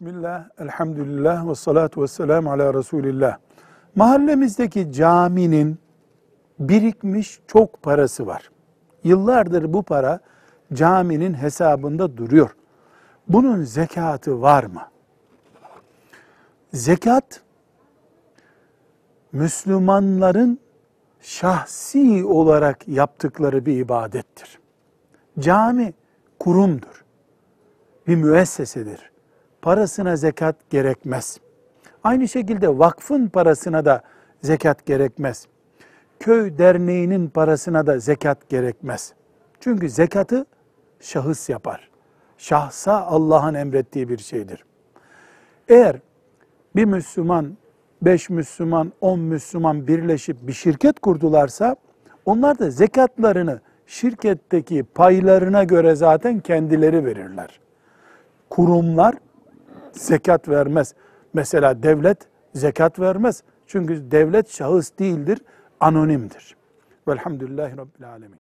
Bismillah, elhamdülillah ve salatu ve selamu ala Resulillah. Mahallemizdeki caminin birikmiş çok parası var. Yıllardır bu para caminin hesabında duruyor. Bunun zekatı var mı? Zekat, Müslümanların şahsi olarak yaptıkları bir ibadettir. Cami kurumdur, bir müessesedir. Parasına zekat gerekmez. Aynı şekilde vakfın parasına da zekat gerekmez. Köy derneğinin parasına da zekat gerekmez. Çünkü zekatı şahıs yapar. Şahsa Allah'ın emrettiği bir şeydir. Eğer bir Müslüman, 5 Müslüman, 10 Müslüman birleşip bir şirket kurdularsa, onlar da zekatlarını şirketteki paylarına göre zaten kendileri verirler. Kurumlar zekat vermez. Mesela devlet zekat vermez. Çünkü devlet şahıs değildir, anonimdir. Velhamdülillahi Rabbil Alemin.